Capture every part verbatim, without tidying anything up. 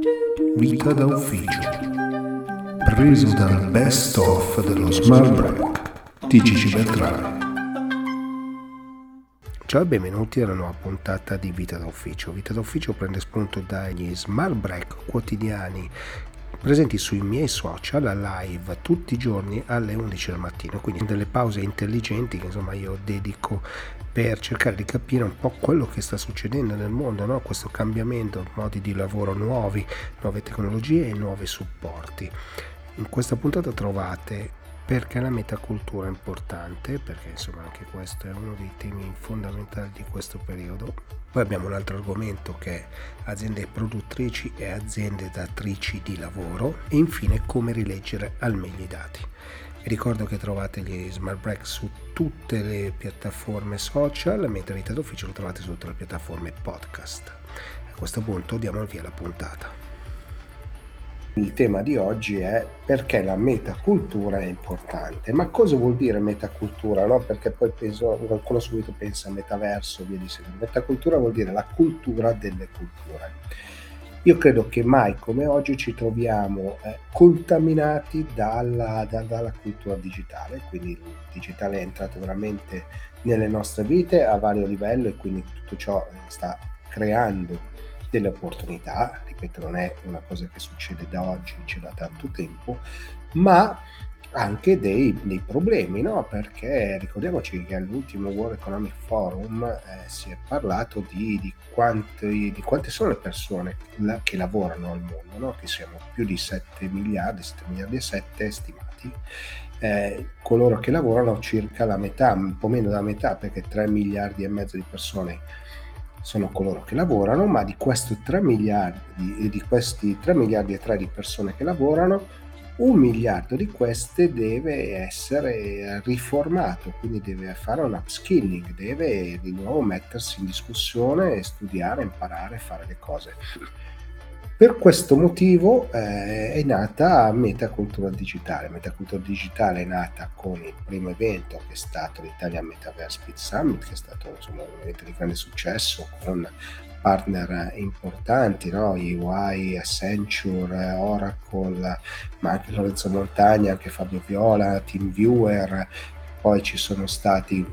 Vita da ufficio, preso dal best of dello Smart Break di Gigi Beltrame. Ciao e benvenuti alla nuova puntata di Vita da ufficio. Vita da ufficio prende spunto dagli Smart Break quotidiani presenti sui miei social a live tutti i giorni alle undici del mattino, quindi delle pause intelligenti che insomma io dedico per cercare di capire un po' quello che sta succedendo nel mondo, no? Questo cambiamento, modi di lavoro nuovi, nuove tecnologie e nuovi supporti. In questa puntata trovate perché la metacultura è importante, perché insomma anche questo è uno dei temi fondamentali di questo periodo. Poi abbiamo un altro argomento che è aziende produttrici e aziende datrici di lavoro e infine come rileggere al meglio i dati. Vi ricordo che trovate gli Smart Break su tutte le piattaforme social, mentre Vita d'Ufficio lo trovate su tutte le piattaforme podcast. A questo punto diamo il via alla puntata. Il tema di oggi è perché la metacultura è importante. Ma cosa vuol dire metacultura? No? Perché poi penso, qualcuno subito pensa a metaverso, via di seguito. Metacultura vuol dire la cultura delle culture. Io credo che mai come oggi ci troviamo eh, contaminati dalla, da, dalla cultura digitale, quindi il digitale è entrato veramente nelle nostre vite a vario livello e quindi tutto ciò sta creando delle opportunità. Ripeto, non è una cosa che succede da oggi, c'è da tanto tempo, ma anche dei, dei problemi, no? Perché ricordiamoci che all'ultimo World Economic Forum eh, si è parlato di, di, quanti, di quante sono le persone la, che lavorano al mondo, no? Che siamo più di sette miliardi, sette miliardi e sette stimati. Eh, coloro che lavorano circa la metà, un po' meno della metà, perché tre miliardi e mezzo di persone sono coloro che lavorano, ma di questi tre miliardi, di questi tre miliardi e tre di persone che lavorano, un miliardo di queste deve essere riformato, quindi deve fare un upskilling, deve di nuovo mettersi in discussione, studiare, imparare, fare le cose. Per questo motivo eh, è nata Metacultura Digitale. Metacultura Digitale è nata con il primo evento che è stato l'Italian Metaverse Speed Summit, che è stato insomma, un evento di grande successo con partner importanti, no? E Y, Accenture, Oracle, ma anche Lorenzo Montagna, anche Fabio Viola, TeamViewer. Poi ci sono stati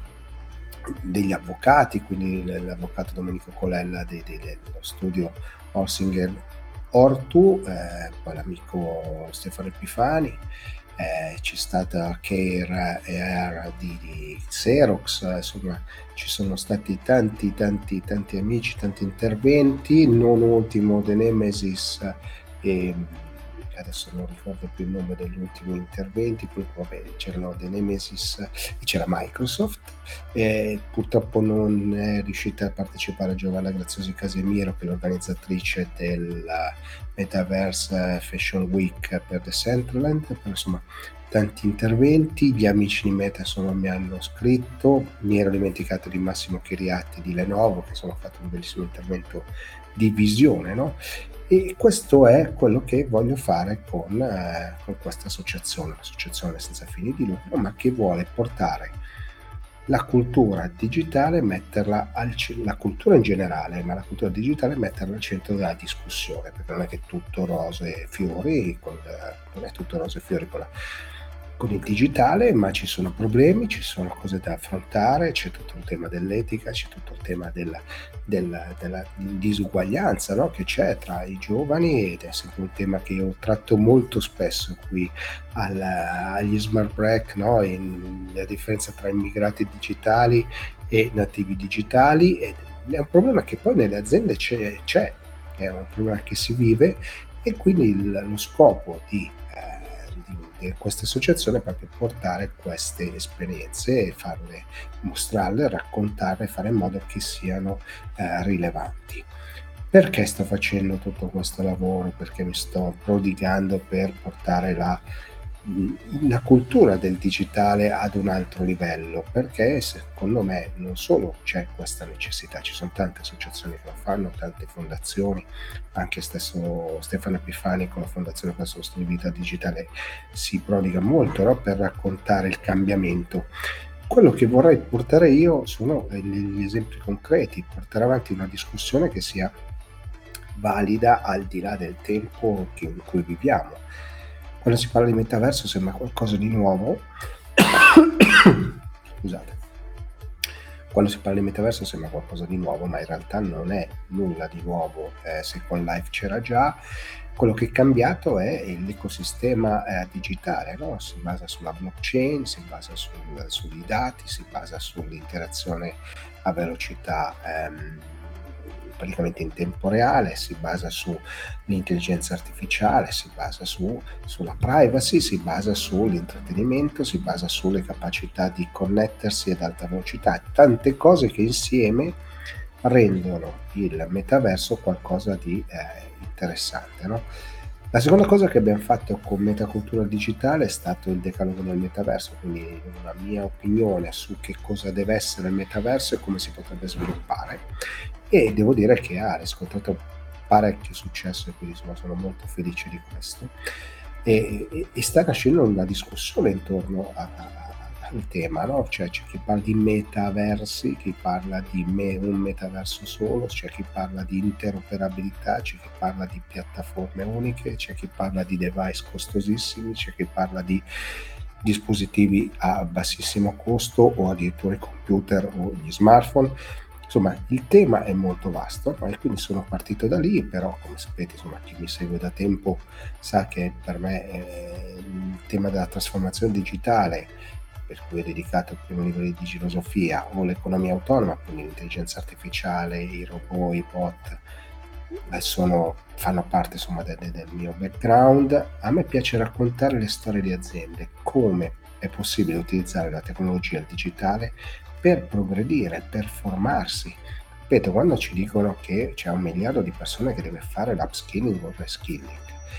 degli avvocati, quindi l'avvocato Domenico Colella de, de, de, dello studio Orsinger Ortu, eh, poi l'amico Stefano Epifani, eh, c'è stata Care Air di, di Xerox, eh, insomma ci sono stati tanti tanti tanti amici, tanti interventi, non ultimo The Nemesis, e adesso non ricordo più il nome degli ultimi interventi, poi vabbè, c'erano The Nemesis e c'era Microsoft, e purtroppo non è riuscita a partecipare Giovanna Graziosi Casemiro, che è l'organizzatrice del Metaverse Fashion Week per Decentraland, però insomma tanti interventi. Gli amici di Meta insomma mi hanno scritto, mi ero dimenticato di Massimo Chiriatti di Lenovo, che insomma ha fatto un bellissimo intervento di visione, no? E questo è quello che voglio fare con, eh, con questa associazione, un'associazione senza fini di lucro, ma che vuole portare la cultura digitale, metterla al centro, la cultura in generale, ma la cultura digitale metterla al centro della discussione, perché non è che tutto rose e fiori, con, non è tutto rose e fiori con la con il digitale, ma ci sono problemi, ci sono cose da affrontare, c'è tutto il tema dell'etica, c'è tutto il tema della, della, della disuguaglianza, no? Che c'è tra i giovani, ed è sempre un tema che io tratto molto spesso qui alla, agli Smart Break, no? In, la differenza tra immigrati digitali e nativi digitali, ed è un problema che poi nelle aziende c'è, c'è è un problema che si vive, e quindi il, lo scopo di questa associazione è proprio portare queste esperienze e farle, mostrarle, raccontarle, fare in modo che siano eh, rilevanti. Perché sto facendo tutto questo lavoro? Perché mi sto prodigando per portare la, la cultura del digitale ad un altro livello, perché secondo me non solo c'è questa necessità, ci sono tante associazioni che lo fanno, tante fondazioni, anche stesso Stefano Epifani con la fondazione per la sostenibilità digitale si prodiga molto, no? Per raccontare il cambiamento. Quello che vorrei portare io sono gli esempi concreti, portare avanti una discussione che sia valida al di là del tempo che- in cui viviamo. Quando si parla di metaverso sembra qualcosa di nuovo. Scusate. Quando si parla di metaverso sembra qualcosa di nuovo, ma in realtà non è nulla di nuovo. Eh, Second Life c'era già. Quello che è cambiato è l'ecosistema eh, digitale, no? Si basa sulla blockchain, si basa sul- sui dati, si basa sull'interazione a velocità ehm, praticamente in tempo reale, si basa sull'intelligenza artificiale, si basa su, sulla privacy, si basa sull'intrattenimento, si basa sulle capacità di connettersi ad alta velocità, tante cose che insieme rendono il metaverso qualcosa di eh, interessante, no? La seconda cosa che abbiamo fatto con Metacultura Digitale è stato il decalogo del metaverso, quindi una mia opinione su che cosa deve essere il metaverso e come si potrebbe sviluppare, e devo dire che ha riscontrato parecchio successo e quindi insomma sono molto felice di questo, e, e- e sta nascendo una discussione intorno a- a- al tema, no? Cioè c'è chi parla di metaversi, chi parla di me- un metaverso solo, c'è chi parla di interoperabilità, c'è chi parla di piattaforme uniche, c'è chi parla di device costosissimi, c'è chi parla di dispositivi a bassissimo costo o addirittura i computer o gli smartphone. Insomma, il tema è molto vasto, no? E quindi sono partito da lì, però come sapete, insomma, chi mi segue da tempo sa che per me eh, il tema della trasformazione digitale, per cui è dedicato al primo livello di filosofia, o l'economia autonoma, quindi l'intelligenza artificiale, i robot, i bot, eh, sono, fanno parte insomma del, del mio background. A me piace raccontare le storie di aziende, come è possibile utilizzare la tecnologia e il digitale per progredire, per formarsi. Ripeto, quando ci dicono che c'è un miliardo di persone che deve fare l'upskilling o il reskilling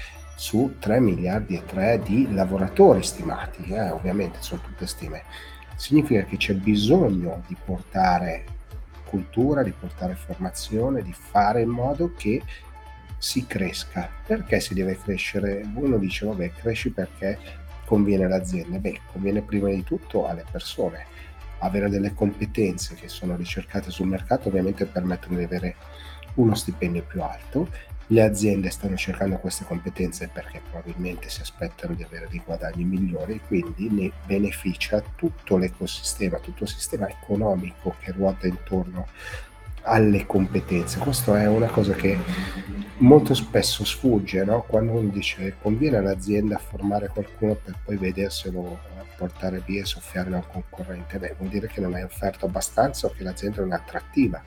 su tre miliardi e tre di lavoratori stimati, eh, ovviamente sono tutte stime, significa che c'è bisogno di portare cultura, di portare formazione, di fare in modo che si cresca. Perché si deve crescere? Uno dice, vabbè, cresci perché conviene all'azienda. Beh, conviene prima di tutto alle persone. Avere delle competenze che sono ricercate sul mercato ovviamente permettono di avere uno stipendio più alto. Le aziende stanno cercando queste competenze perché probabilmente si aspettano di avere dei guadagni migliori, quindi ne beneficia tutto l'ecosistema, tutto il sistema economico che ruota intorno alle competenze. Questo è una cosa che molto spesso sfugge, no? Quando uno dice conviene all'azienda formare qualcuno per poi vederselo portare via e soffiare a un concorrente, beh, vuol dire che non hai offerto abbastanza o che l'azienda non è attrattiva.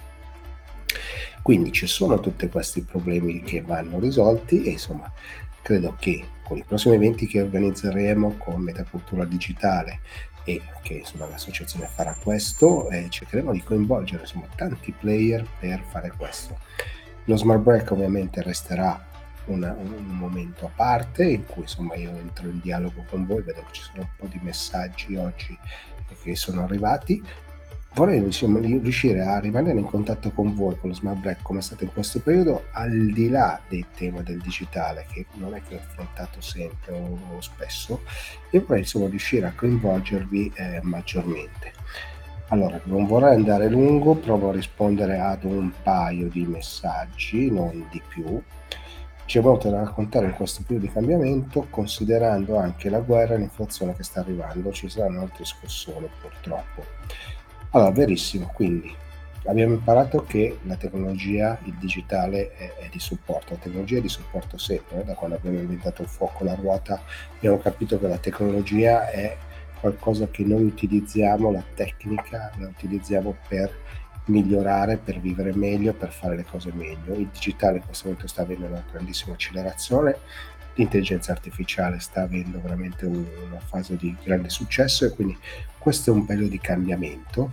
Quindi ci sono tutti questi problemi che vanno risolti e insomma credo che con i prossimi eventi che organizzeremo con Metacultura Digitale e che insomma l'associazione farà questo, eh, cercheremo di coinvolgere insomma tanti player per fare questo. Lo Smart Break ovviamente resterà una, un momento a parte in cui insomma io entro in dialogo con voi, vedo che ci sono un po' di messaggi oggi che sono arrivati. Vorrei insomma, riuscire a rimanere in contatto con voi, con lo Smart Break, come è stato in questo periodo, al di là del tema del digitale, che non è che ho affrontato sempre o, o spesso, e vorrei insomma riuscire a coinvolgervi eh, maggiormente. Allora, non vorrei andare lungo, provo a rispondere ad un paio di messaggi, non di più. Ci è venuto da raccontare in questo periodo di cambiamento, considerando anche la guerra e l'inflazione che sta arrivando, ci saranno altre scossone purtroppo. Allora, verissimo, quindi abbiamo imparato che la tecnologia, il digitale è, è di supporto, la tecnologia è di supporto sempre, eh? Da quando abbiamo inventato il fuoco, la ruota, abbiamo capito che la tecnologia è qualcosa che noi utilizziamo, la tecnica la utilizziamo per migliorare, per vivere meglio, per fare le cose meglio. Il digitale in questo momento sta avendo una grandissima accelerazione, l'intelligenza artificiale sta avendo veramente un, una fase di grande successo e quindi questo è un periodo di cambiamento.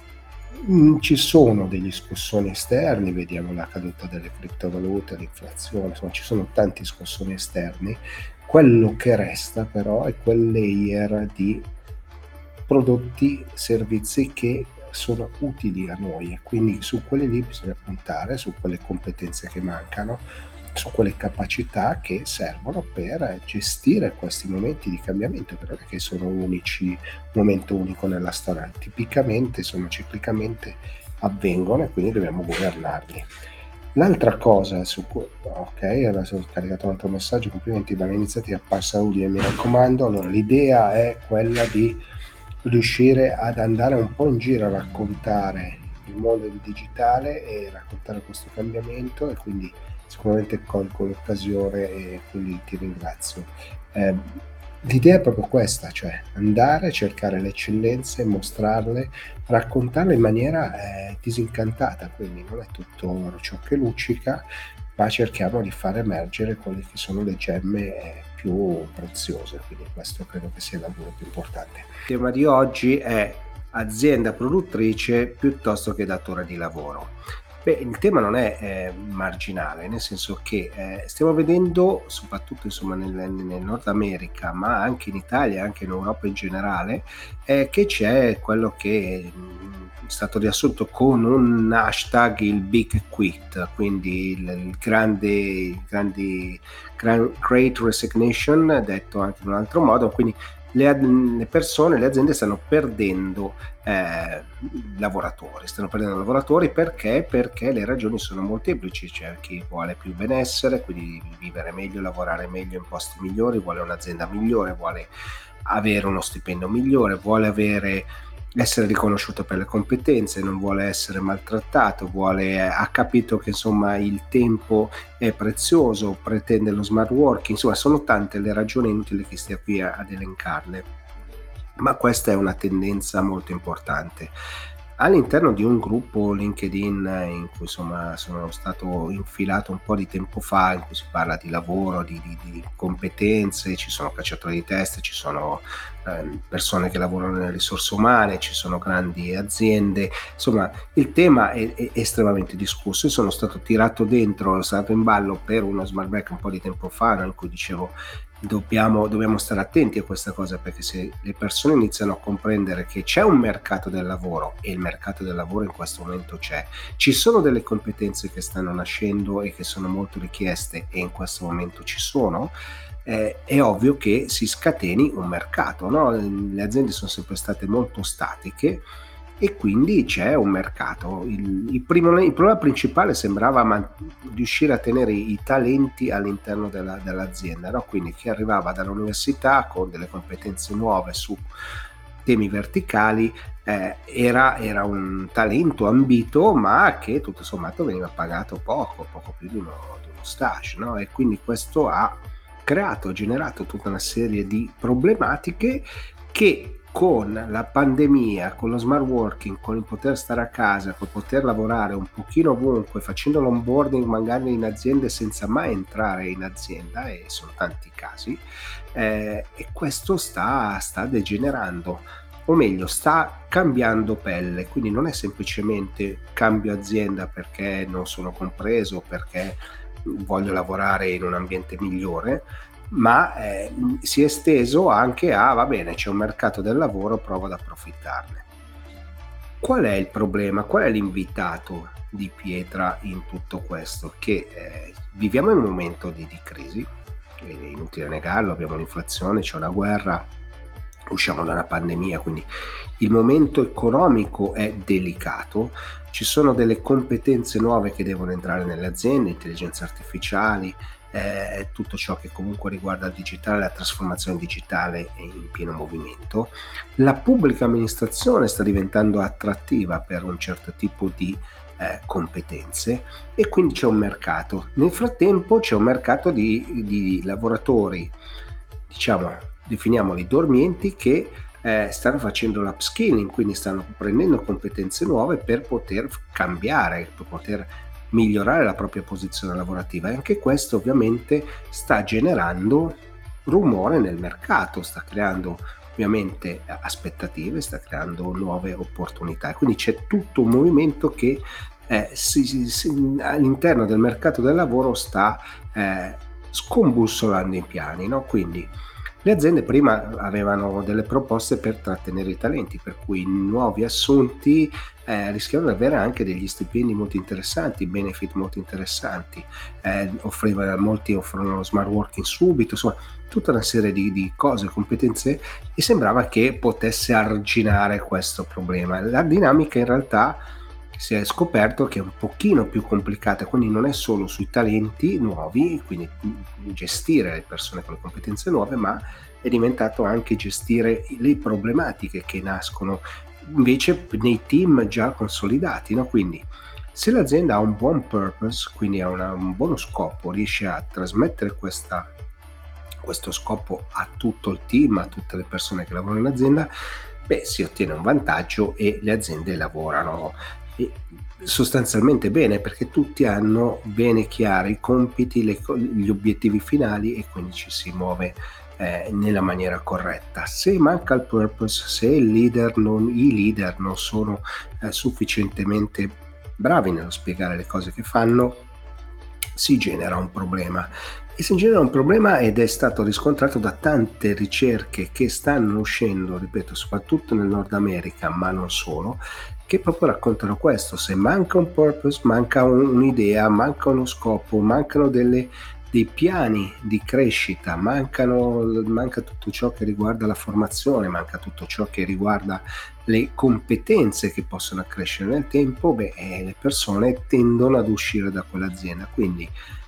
Mm, Ci sono degli scossoni esterni, vediamo la caduta delle criptovalute, l'inflazione, insomma ci sono tanti scossoni esterni. Quello che resta però è quel layer di prodotti, servizi che sono utili a noi e quindi su quelli lì bisogna puntare, su quelle competenze che mancano, su quelle capacità che servono per gestire questi momenti di cambiamento, che non è che sono unici, un momento unico nella storia, tipicamente, sono ciclicamente avvengono e quindi dobbiamo governarli. L'altra cosa su cui ok, adesso ho caricato un altro messaggio, complimenti per l'iniziativa, passa utile, mi raccomando. Allora, l'idea è quella di riuscire ad andare un po' in giro a raccontare il mondo del digitale e raccontare questo cambiamento, e quindi sicuramente colgo l'occasione e quindi ti ringrazio. Eh, l'idea è proprio questa, cioè andare a cercare le eccellenze, mostrarle, raccontarle in maniera eh, disincantata, quindi non è tutto oro ciò che luccica, ma cerchiamo di far emergere quelle che sono le gemme eh, più preziose, quindi questo credo che sia il lavoro più importante. Il tema di oggi è azienda produttrice piuttosto che datore di lavoro. Beh, il tema non è eh, marginale, nel senso che eh, stiamo vedendo, soprattutto insomma nel, nel Nord America, ma anche in Italia, anche in Europa in generale, eh, che c'è quello che mh, è stato riassunto con un hashtag, il Big Quit, quindi il, il grande, il grandi, grand, Great Resignation, detto anche in un altro modo, quindi le, le persone, le aziende stanno perdendo eh, lavoratori, stanno perdendo lavoratori perché? Perché le ragioni sono molteplici, c'è chi vuole più benessere, quindi vivere meglio, lavorare meglio in posti migliori, vuole un'azienda migliore, vuole avere uno stipendio migliore, vuole avere essere riconosciuto per le competenze, non vuole essere maltrattato, vuole, ha capito che insomma il tempo è prezioso, pretende lo smart working, insomma sono tante le ragioni, inutili che stia qui ad elencarle, ma questa è una tendenza molto importante. All'interno di un gruppo LinkedIn in cui insomma sono stato infilato un po' di tempo fa, in cui si parla di lavoro, di, di, di competenze, ci sono cacciatori di teste, ci sono eh, persone che lavorano nelle risorse umane, ci sono grandi aziende, insomma il tema è, è estremamente discusso. Io sono stato tirato dentro, sono stato in ballo per uno smart break un po' di tempo fa, no, in cui dicevo Dobbiamo, dobbiamo stare attenti a questa cosa, perché se le persone iniziano a comprendere che c'è un mercato del lavoro, e il mercato del lavoro in questo momento c'è, ci sono delle competenze che stanno nascendo e che sono molto richieste e in questo momento ci sono, eh, è ovvio che si scateni un mercato, no? Le aziende sono sempre state molto statiche e quindi c'è un mercato. Il, il, primo, il problema principale sembrava man- riuscire a tenere i talenti all'interno della, dell'azienda, no? Quindi chi arrivava dall'università con delle competenze nuove su temi verticali eh, era, era un talento ambito, ma che tutto sommato veniva pagato poco, poco più di uno, di uno stage, no? E quindi questo ha creato, generato tutta una serie di problematiche che con la pandemia, con lo smart working, con il poter stare a casa, con poter lavorare un pochino ovunque, facendo l'onboarding magari in aziende senza mai entrare in azienda, e sono tanti casi, eh, e questo sta, sta degenerando, o meglio sta cambiando pelle, quindi non è semplicemente cambio azienda perché non sono compreso, perché voglio lavorare in un ambiente migliore, ma eh, si è esteso anche a va bene, c'è un mercato del lavoro, provo ad approfittarne. Qual è il problema? Qual è l'invitato di pietra in tutto questo? Che eh, viviamo in un momento di, di crisi, è inutile negarlo, abbiamo l'inflazione, c'è una guerra, usciamo da una pandemia, quindi il momento economico è delicato, ci sono delle competenze nuove che devono entrare nelle aziende, intelligenze artificiali, eh, tutto ciò che comunque riguarda il digitale, la trasformazione digitale è in pieno movimento. La pubblica amministrazione sta diventando attrattiva per un certo tipo di eh, competenze, e quindi c'è un mercato. Nel frattempo c'è un mercato di, di lavoratori, diciamo, definiamoli dormienti, che eh, stanno facendo l'upskilling, quindi stanno prendendo competenze nuove per poter cambiare, per poter migliorare la propria posizione lavorativa, e anche questo ovviamente sta generando rumore nel mercato, sta creando ovviamente aspettative, sta creando nuove opportunità, e quindi c'è tutto un movimento che eh, si, si, si, all'interno del mercato del lavoro sta eh, scombussolando i piani, no? Quindi le aziende prima avevano delle proposte per trattenere i talenti, per cui nuovi assunti eh, rischiavano di avere anche degli stipendi molto interessanti, benefit molto interessanti, eh, offriva, molti offrono smart working subito, insomma tutta una serie di, di cose, competenze, e sembrava che potesse arginare questo problema. La dinamica in realtà si è scoperto che è un pochino più complicata, quindi non è solo sui talenti nuovi, quindi gestire le persone con le competenze nuove, ma è diventato anche gestire le problematiche che nascono invece nei team già consolidati, no? Quindi se l'azienda ha un buon purpose, quindi ha una, un buono scopo, riesce a trasmettere questa, questo scopo a tutto il team, a tutte le persone che lavorano in azienda, beh, si ottiene un vantaggio e le aziende lavorano e sostanzialmente bene, perché tutti hanno bene chiari i compiti, le, gli obiettivi finali, e quindi ci si muove eh, nella maniera corretta. Se manca il purpose, se il leader non, i leader non sono eh, sufficientemente bravi nello spiegare le cose che fanno, si genera un problema. E si genera un problema ed è stato riscontrato da tante ricerche che stanno uscendo, ripeto, soprattutto nel Nord America, ma non solo, che proprio raccontano questo: se manca un purpose, manca un, un'idea, manca uno scopo, mancano delle, dei piani di crescita, mancano, manca tutto ciò che riguarda la formazione, manca tutto ciò che riguarda le competenze che possono accrescere nel tempo, beh, eh, le persone tendono ad uscire da quell'azienda. Quindi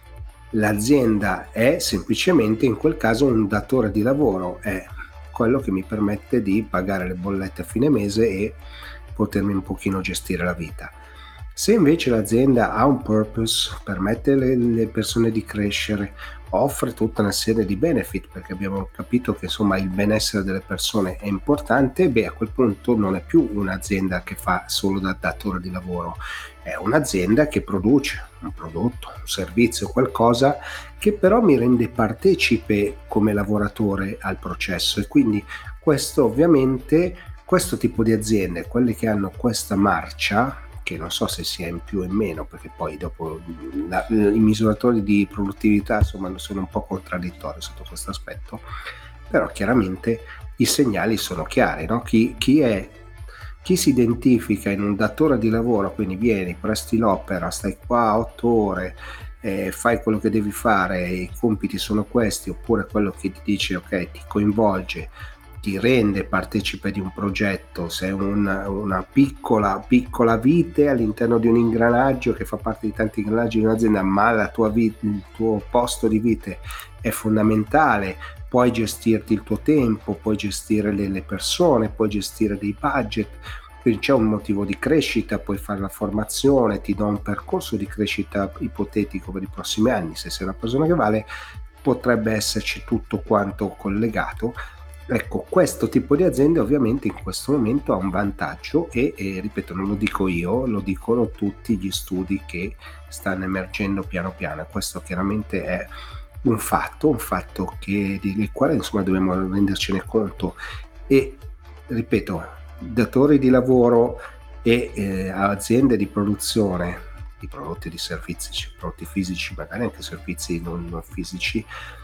l'azienda è semplicemente in quel caso un datore di lavoro, è quello che mi permette di pagare le bollette a fine mese e potermi un pochino gestire la vita. Se invece l'azienda ha un purpose, permette alle persone di crescere, offre tutta una serie di benefit, perché abbiamo capito che insomma il benessere delle persone è importante, beh, a quel punto non è più un'azienda che fa solo da datore di lavoro, è un'azienda che produce un prodotto, un servizio, qualcosa che però mi rende partecipe come lavoratore al processo. E quindi questo ovviamente, questo tipo di aziende, quelle che hanno questa marcia, che non so se sia in più o in meno, perché poi dopo la, i misuratori di produttività insomma sono un po' contraddittori sotto questo aspetto, però chiaramente i segnali sono chiari, no? Chi, chi è chi si identifica in un datore di lavoro, quindi vieni, presti l'opera, stai qua otto ore, eh, fai quello che devi fare, i compiti sono questi, oppure quello che ti dice ok, ti coinvolge, ti rende partecipe di un progetto, sei una, una piccola, piccola vite all'interno di un ingranaggio che fa parte di tanti ingranaggi di un'azienda, ma la tua vita, il tuo posto di vite è fondamentale, puoi gestirti il tuo tempo, puoi gestire le, le persone, puoi gestire dei budget, quindi c'è un motivo di crescita, puoi fare la formazione, ti do un percorso di crescita ipotetico per i prossimi anni, se sei una persona che vale, potrebbe esserci tutto quanto collegato. Ecco, questo tipo di aziende ovviamente in questo momento ha un vantaggio e, e ripeto, non lo dico io, lo dicono tutti gli studi che stanno emergendo piano piano. Questo chiaramente è un fatto, un fatto che, del quale insomma dobbiamo rendercene conto. E ripeto, datori di lavoro e eh, aziende di produzione di prodotti e di servizi, prodotti fisici, magari anche servizi non, non fisici,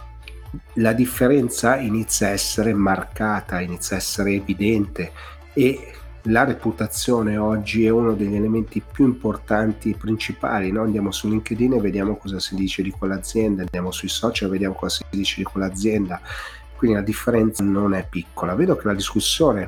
la differenza inizia a essere marcata, inizia a essere evidente, e la reputazione oggi è uno degli elementi più importanti e principali, no? Andiamo su LinkedIn e vediamo cosa si dice di quell'azienda, andiamo sui social e vediamo cosa si dice di quell'azienda, quindi la differenza non è piccola. Vedo che la discussione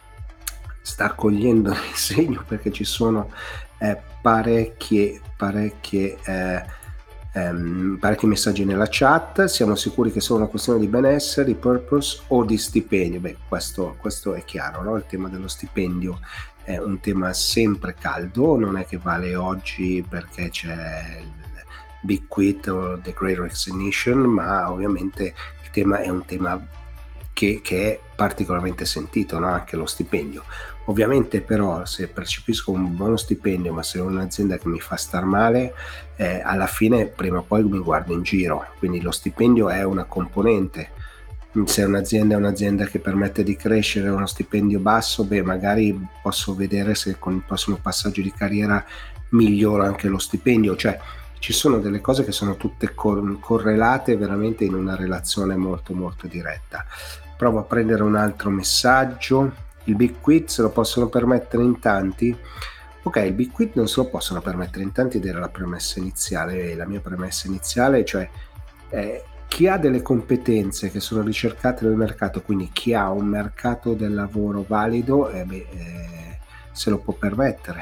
sta cogliendo il segno, perché ci sono eh, parecchie parecchie eh, ehm, parecchi messaggi nella chat. Siamo sicuri che sia una questione di benessere, di purpose o di stipendio? Beh, questo, questo è chiaro, no? Il tema dello stipendio è un tema sempre caldo, non è che vale oggi perché c'è il Big Quit o The Great Resignation, ma ovviamente il tema è un tema che, che è particolarmente sentito, no? Anche lo stipendio. Ovviamente però se percepisco un buono stipendio ma se è un'azienda che mi fa star male, eh, alla fine prima o poi mi guardo in giro, quindi lo stipendio è una componente. Se un'azienda è un'azienda che permette di crescere, uno stipendio basso, beh, magari posso vedere se con il prossimo passaggio di carriera migliora anche lo stipendio. Cioè ci sono delle cose che sono tutte cor- correlate veramente in una relazione molto molto diretta. Provo a prendere un altro messaggio. Il Big Quit se lo possono permettere in tanti? Ok, il Big Quit non se lo possono permettere in tanti ed era la premessa iniziale, la mia premessa iniziale, cioè eh, chi ha delle competenze che sono ricercate nel mercato, quindi chi ha un mercato del lavoro valido, eh, beh, eh, se lo può permettere.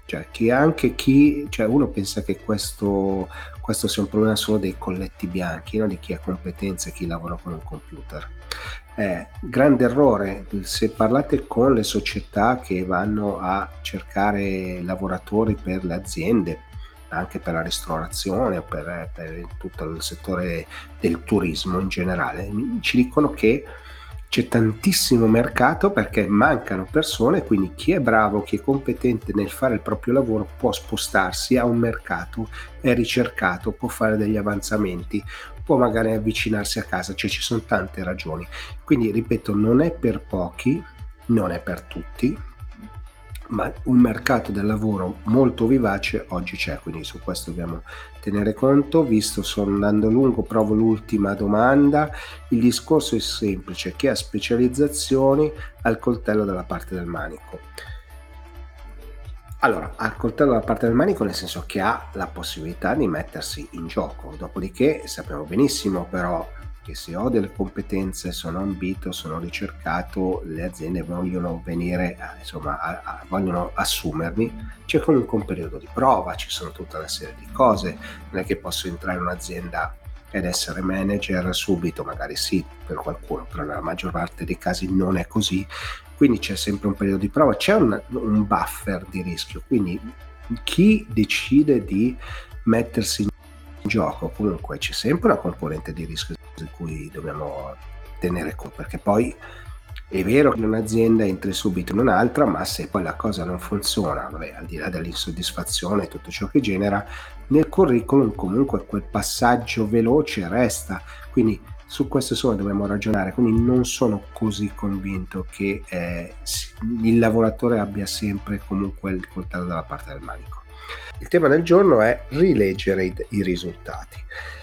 cioè che anche chi, cioè uno pensa che questo, questo sia un problema solo dei colletti bianchi, no? Di chi ha competenze, chi lavora con un computer. Eh, grande errore, se parlate con le società che vanno a cercare lavoratori per le aziende, anche per la ristorazione o per, per tutto il settore del turismo in generale, ci dicono che c'è tantissimo mercato perché mancano persone, quindi chi è bravo, chi è competente nel fare il proprio lavoro può spostarsi a un mercato, è ricercato, può fare degli avanzamenti, può magari avvicinarsi a casa, cioè ci sono tante ragioni. Quindi ripeto, non è per pochi, non è per tutti, ma un mercato del lavoro molto vivace oggi c'è, quindi su questo dobbiamo tenere conto. Visto sono andando lungo, provo l'ultima domanda. Il discorso è semplice: chi ha specializzazioni ha il coltello dalla parte del manico. Allora, ha il coltello dalla parte del manico nel senso che ha la possibilità di mettersi in gioco, dopodiché sappiamo benissimo però che se ho delle competenze, sono ambito, sono ricercato, le aziende vogliono venire, a, insomma, a, a, vogliono assumermi, c'è comunque un periodo di prova, ci sono tutta una serie di cose, non è che posso entrare in un'azienda ed essere manager subito, magari sì per qualcuno, però nella maggior parte dei casi non è così, quindi c'è sempre un periodo di prova, c'è un, un buffer di rischio, quindi chi decide di mettersi in gioco comunque c'è sempre una componente di rischio di cui dobbiamo tenere conto, perché poi è vero che in un'azienda entri subito in un'altra, ma se poi la cosa non funziona, vabbè, al di là dell'insoddisfazione e tutto ciò che genera, nel curriculum comunque quel passaggio veloce resta, quindi su questo insomma dobbiamo ragionare, quindi non sono così convinto che eh, il lavoratore abbia sempre comunque il coltello dalla parte del manico. Il tema del giorno è rileggere i, i risultati.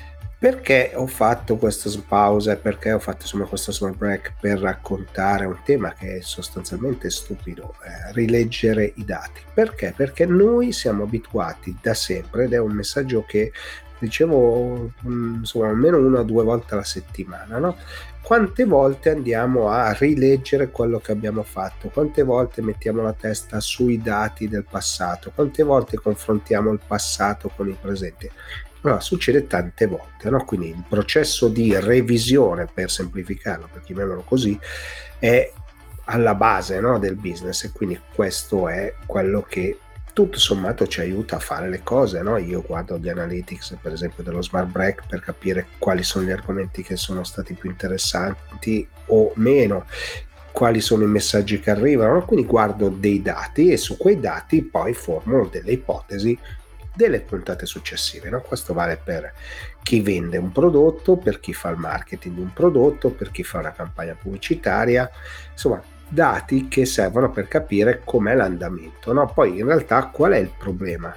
Perché ho fatto questa pausa e perché ho fatto insomma questo small break per raccontare un tema che è sostanzialmente stupido, eh, rileggere i dati. Perché? Perché noi siamo abituati da sempre, ed è un messaggio che dicevo insomma almeno una o due volte alla settimana, no? Quante volte andiamo a rileggere quello che abbiamo fatto, quante volte mettiamo la testa sui dati del passato, quante volte confrontiamo il passato con il presente. Allora, succede tante volte, no? Quindi il processo di revisione, per semplificarlo, per chiamarlo così, è alla base, no, del business, e quindi questo è quello che tutto sommato ci aiuta a fare le cose, no? Io guardo gli analytics per esempio dello smart break per capire quali sono gli argomenti che sono stati più interessanti o meno, quali sono i messaggi che arrivano, quindi guardo dei dati e su quei dati poi formo delle ipotesi delle puntate successive, no? Questo vale per chi vende un prodotto, per chi fa il marketing di un prodotto, per chi fa una campagna pubblicitaria, insomma dati che servono per capire com'è l'andamento, no? Poi in realtà qual è il problema?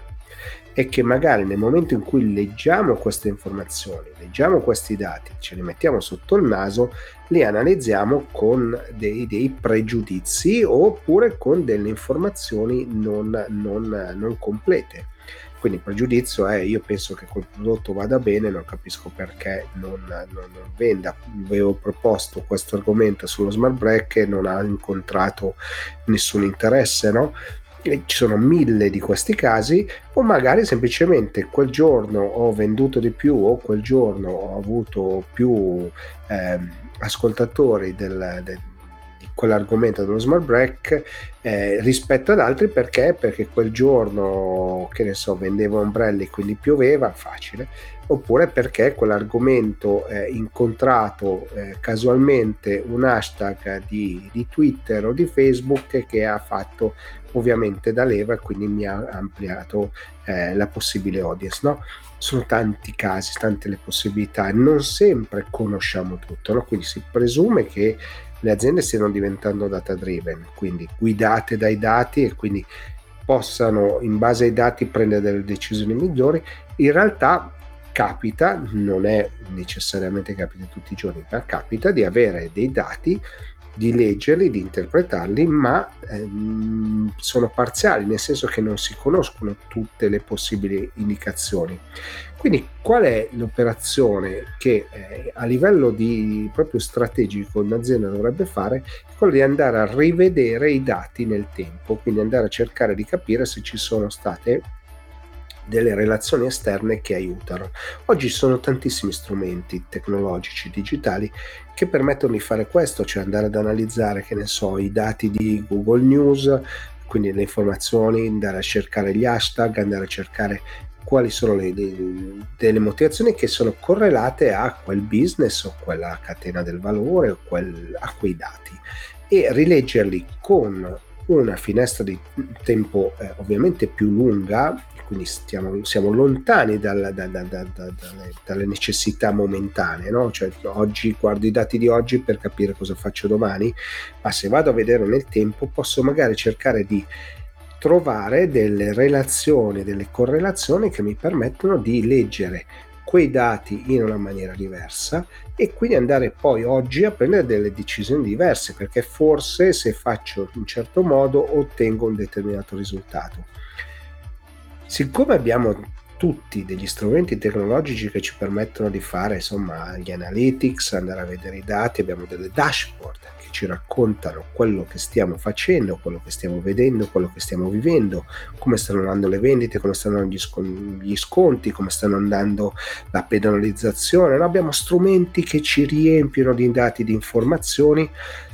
È che magari nel momento in cui leggiamo queste informazioni, leggiamo questi dati, ce li mettiamo sotto il naso, li analizziamo con dei, dei pregiudizi oppure con delle informazioni non, non, non complete. Quindi il pregiudizio è: io penso che quel prodotto vada bene, non capisco perché non, non, non venda. Avevo proposto questo argomento sullo smart break e non ha incontrato nessun interesse, no? E ci sono mille di questi casi, o magari semplicemente quel giorno ho venduto di più o quel giorno ho avuto più eh, ascoltatori del, del quell'argomento dello smart break eh, rispetto ad altri. Perché? Perché quel giorno, che ne so, vendevo ombrelli, quindi pioveva, facile, oppure perché quell'argomento eh, incontrato eh, casualmente un hashtag di, di Twitter o di Facebook che ha fatto ovviamente da leva e quindi mi ha ampliato eh, la possibile audience, no? Sono tanti casi, tante le possibilità, non sempre conosciamo tutto, no? Quindi si presume che le aziende stiano diventando data driven, quindi guidate dai dati e quindi possano in base ai dati prendere delle decisioni migliori. In realtà capita, non è necessariamente capita tutti i giorni, ma capita di avere dei dati, di leggerli, di interpretarli, ma ehm, sono parziali, nel senso che non si conoscono tutte le possibili indicazioni. Quindi qual è l'operazione che eh, a livello di proprio strategico un'azienda dovrebbe fare? Quello di andare a rivedere i dati nel tempo, quindi andare a cercare di capire se ci sono state delle relazioni esterne che aiutano. Oggi ci sono tantissimi strumenti tecnologici digitali che permettono di fare questo, cioè andare ad analizzare, che ne so, i dati di Google News, quindi le informazioni, andare a cercare gli hashtag, andare a cercare quali sono le, le, delle motivazioni che sono correlate a quel business o quella catena del valore o quel, a quei dati, e rileggerli con una finestra di tempo eh, ovviamente più lunga, quindi stiamo, siamo lontani dal, da, da, da, da, dalle, dalle necessità momentanee, no? Cioè oggi guardo i dati di oggi per capire cosa faccio domani, ma se vado a vedere nel tempo posso magari cercare di trovare delle relazioni, delle correlazioni che mi permettono di leggere quei dati in una maniera diversa e quindi andare poi oggi a prendere delle decisioni diverse, perché forse se faccio in un certo modo ottengo un determinato risultato. Siccome abbiamo tutti degli strumenti tecnologici che ci permettono di fare insomma gli analytics, andare a vedere i dati, abbiamo delle dashboard che ci raccontano quello che stiamo facendo, quello che stiamo vedendo, quello che stiamo vivendo, come stanno andando le vendite, come stanno andando gli, scon- gli sconti, come stanno andando la pedonalizzazione. No? Abbiamo strumenti che ci riempiono di dati, di informazioni,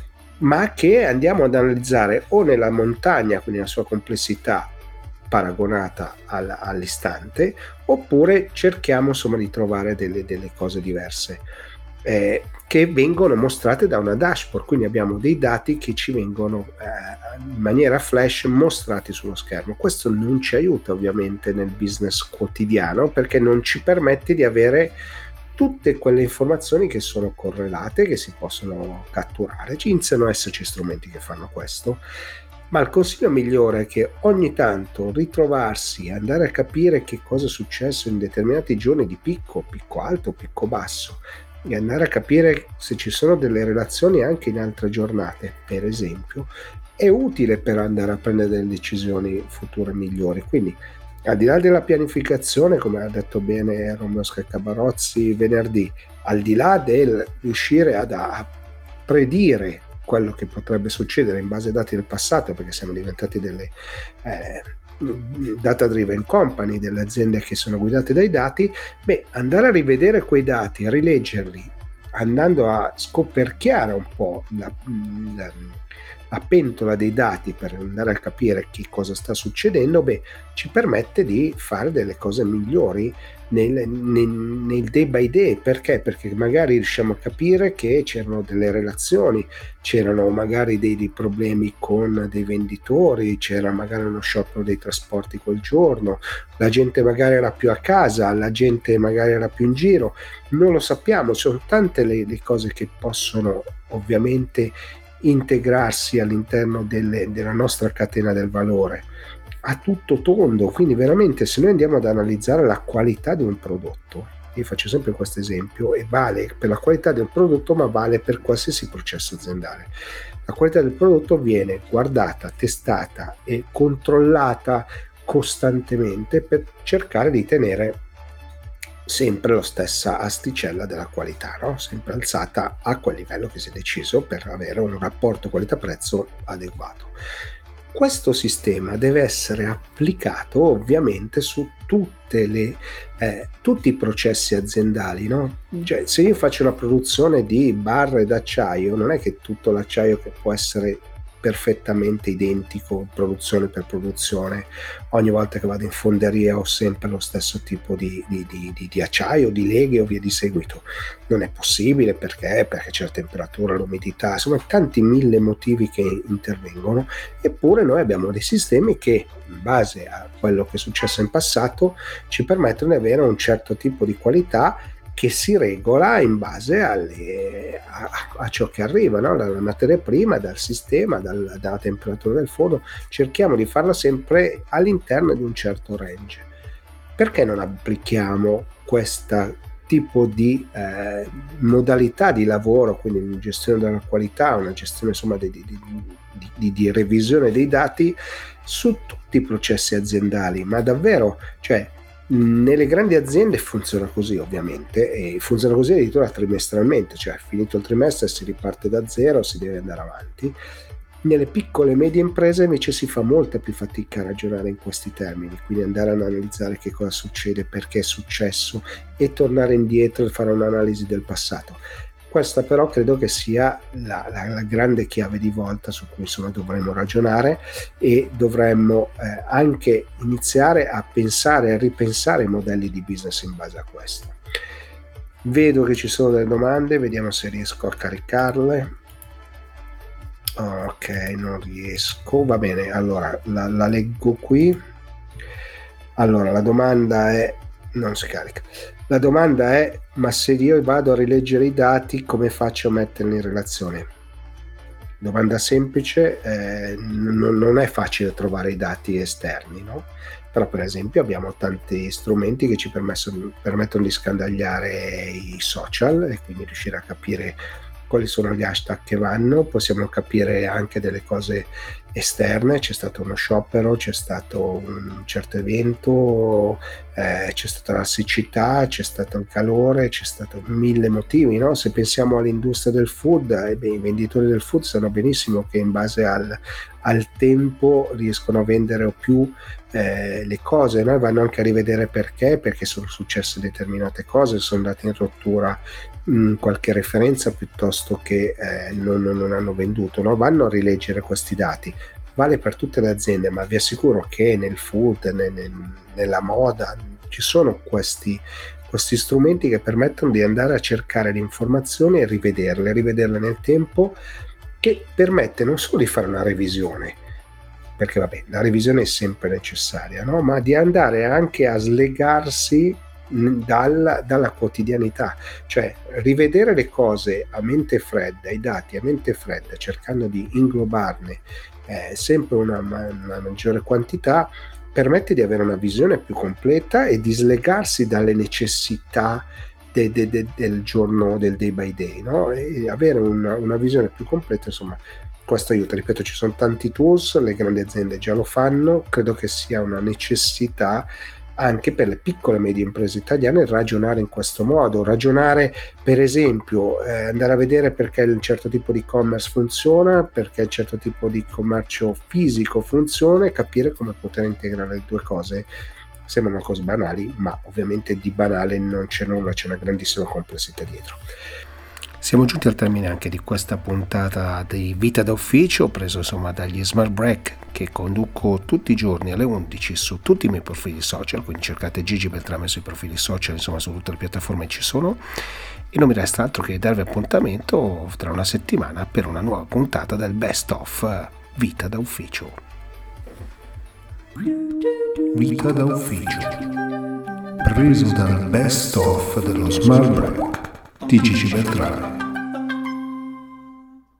ma che andiamo ad analizzare o nella montagna, quindi nella sua complessità paragonata all, all'istante, oppure cerchiamo insomma di trovare delle, delle cose diverse eh, che vengono mostrate da una dashboard, quindi abbiamo dei dati che ci vengono eh, in maniera flash mostrati sullo schermo. Questo non ci aiuta ovviamente nel business quotidiano, perché non ci permette di avere tutte quelle informazioni che sono correlate, che si possono catturare. Ci iniziano ad esserci strumenti che fanno questo, ma il consiglio migliore è che ogni tanto ritrovarsi, andare a capire che cosa è successo in determinati giorni di picco, picco alto, picco basso, e andare a capire se ci sono delle relazioni anche in altre giornate, per esempio, è utile per andare a prendere delle decisioni future migliori. Quindi, al di là della pianificazione, come ha detto bene Romeo Scaccabarozzi venerdì, al di là del riuscire ad, a predire quello che potrebbe succedere in base ai dati del passato, perché siamo diventati delle eh, data driven company, delle aziende che sono guidate dai dati, beh, andare a rivedere quei dati, a rileggerli, andando a scoperchiare un po' la, la, la pentola dei dati per andare a capire che cosa sta succedendo, beh, ci permette di fare delle cose migliori nel, nel, nel day by day. Perché? Perché magari riusciamo a capire che c'erano delle relazioni, c'erano magari dei, dei problemi con dei venditori, c'era magari uno sciopero dei trasporti quel giorno, la gente magari era più a casa, la gente magari era più in giro, non lo sappiamo. Sono tante le, le cose che possono ovviamente integrarsi all'interno delle, della nostra catena del valore a tutto tondo. Quindi veramente, se noi andiamo ad analizzare la qualità di un prodotto, io faccio sempre questo esempio e vale per la qualità del prodotto, ma vale per qualsiasi processo aziendale. La qualità del prodotto viene guardata, testata e controllata costantemente per cercare di tenere sempre la stessa asticella della qualità, no? Sempre alzata a quel livello che si è deciso per avere un rapporto qualità-prezzo adeguato. Questo sistema deve essere applicato ovviamente su tutte le, eh, tutti i processi aziendali, no? Cioè, se io faccio una produzione di barre d'acciaio, non è che tutto l'acciaio che può essere perfettamente identico produzione per produzione, ogni volta che vado in fonderia ho sempre lo stesso tipo di, di, di, di, di acciaio, di leghe o via di seguito. Non è possibile, perché? Perché c'è la temperatura, l'umidità, insomma tanti mille motivi che intervengono, eppure noi abbiamo dei sistemi che in base a quello che è successo in passato ci permettono di avere un certo tipo di qualità che si regola in base alle, a, a ciò che arriva, no? Dalla materia prima, dal sistema, dal, dalla temperatura del forno. Cerchiamo di farla sempre all'interno di un certo range. perché non applichiamo questa tipo di eh, modalità di lavoro, quindi una gestione della qualità, una gestione insomma di, di, di, di, di revisione dei dati su tutti i processi aziendali, ma davvero, cioè nelle grandi aziende funziona così ovviamente, e funziona così addirittura trimestralmente, cioè finito il trimestre si riparte da zero, si deve andare avanti. Nelle piccole e medie imprese invece si fa molta più fatica a ragionare in questi termini, quindi andare ad analizzare che cosa succede, perché è successo e tornare indietro e fare un'analisi del passato. Questa però credo che sia la, la, la grande chiave di volta su cui insomma dovremmo ragionare, e dovremmo eh, anche iniziare a pensare, a ripensare i modelli di business in base a questo. Vedo che ci sono delle domande, vediamo se riesco a caricarle. Ok, non riesco, va bene, allora la, la leggo qui. Allora la domanda è, non si carica, la domanda è: ma se io vado a rileggere i dati, come faccio a metterli in relazione? Domanda semplice, eh, non, non è facile trovare i dati esterni, no? Però per esempio abbiamo tanti strumenti che ci permettono, permettono di scandagliare i social e quindi riuscire a capire quali sono gli hashtag che vanno. Possiamo capire anche delle cose esterne, c'è stato uno sciopero, c'è stato un certo evento, eh, c'è stata la siccità, c'è stato il calore, c'è stato mille motivi, no? Se pensiamo all'industria del food, eh, beh, i venditori del food sanno benissimo che in base al, al tempo riescono a vendere o più eh, le cose, no? Vanno anche a rivedere perché, perché sono successe determinate cose, sono andate in rottura mh, qualche referenza piuttosto che eh, non, non hanno venduto, no? Vanno a rileggere questi dati. Vale per tutte le aziende, ma vi assicuro che nel food, nel, nel, nella moda, ci sono questi, questi strumenti che permettono di andare a cercare le informazioni e rivederle, rivederle nel tempo, che permette non solo di fare una revisione, perché vabbè, la revisione è sempre necessaria, no? Ma di andare anche a slegarsi dalla, dalla quotidianità, cioè rivedere le cose a mente fredda, i dati a mente fredda, cercando di inglobarne eh, sempre una, una maggiore quantità, permette di avere una visione più completa e di slegarsi dalle necessità de, de, de, del giorno, del day by day, no? E avere una, una visione più completa, insomma. Questo aiuta, ripeto, ci sono tanti tools, le grandi aziende già lo fanno, credo che sia una necessità anche per le piccole e medie imprese italiane ragionare in questo modo, ragionare per esempio, eh, andare a vedere perché un certo tipo di e-commerce funziona, perché un certo tipo di commercio fisico funziona, e capire come poter integrare le due cose. Sembrano cose banali, ma ovviamente di banale non c'è nulla, c'è una grandissima complessità dietro. Siamo giunti al termine anche di questa puntata di Vita da Ufficio, preso insomma dagli Smart Break che conduco tutti i giorni alle undici su tutti i miei profili social, quindi cercate Gigi Beltrame sui profili social, insomma su tutte le piattaforme ci sono, e non mi resta altro che darvi appuntamento tra una settimana per una nuova puntata del Best of Vita da Ufficio. Vita da Ufficio, preso dal Best of dello Smart Break di Gigi Beltrame.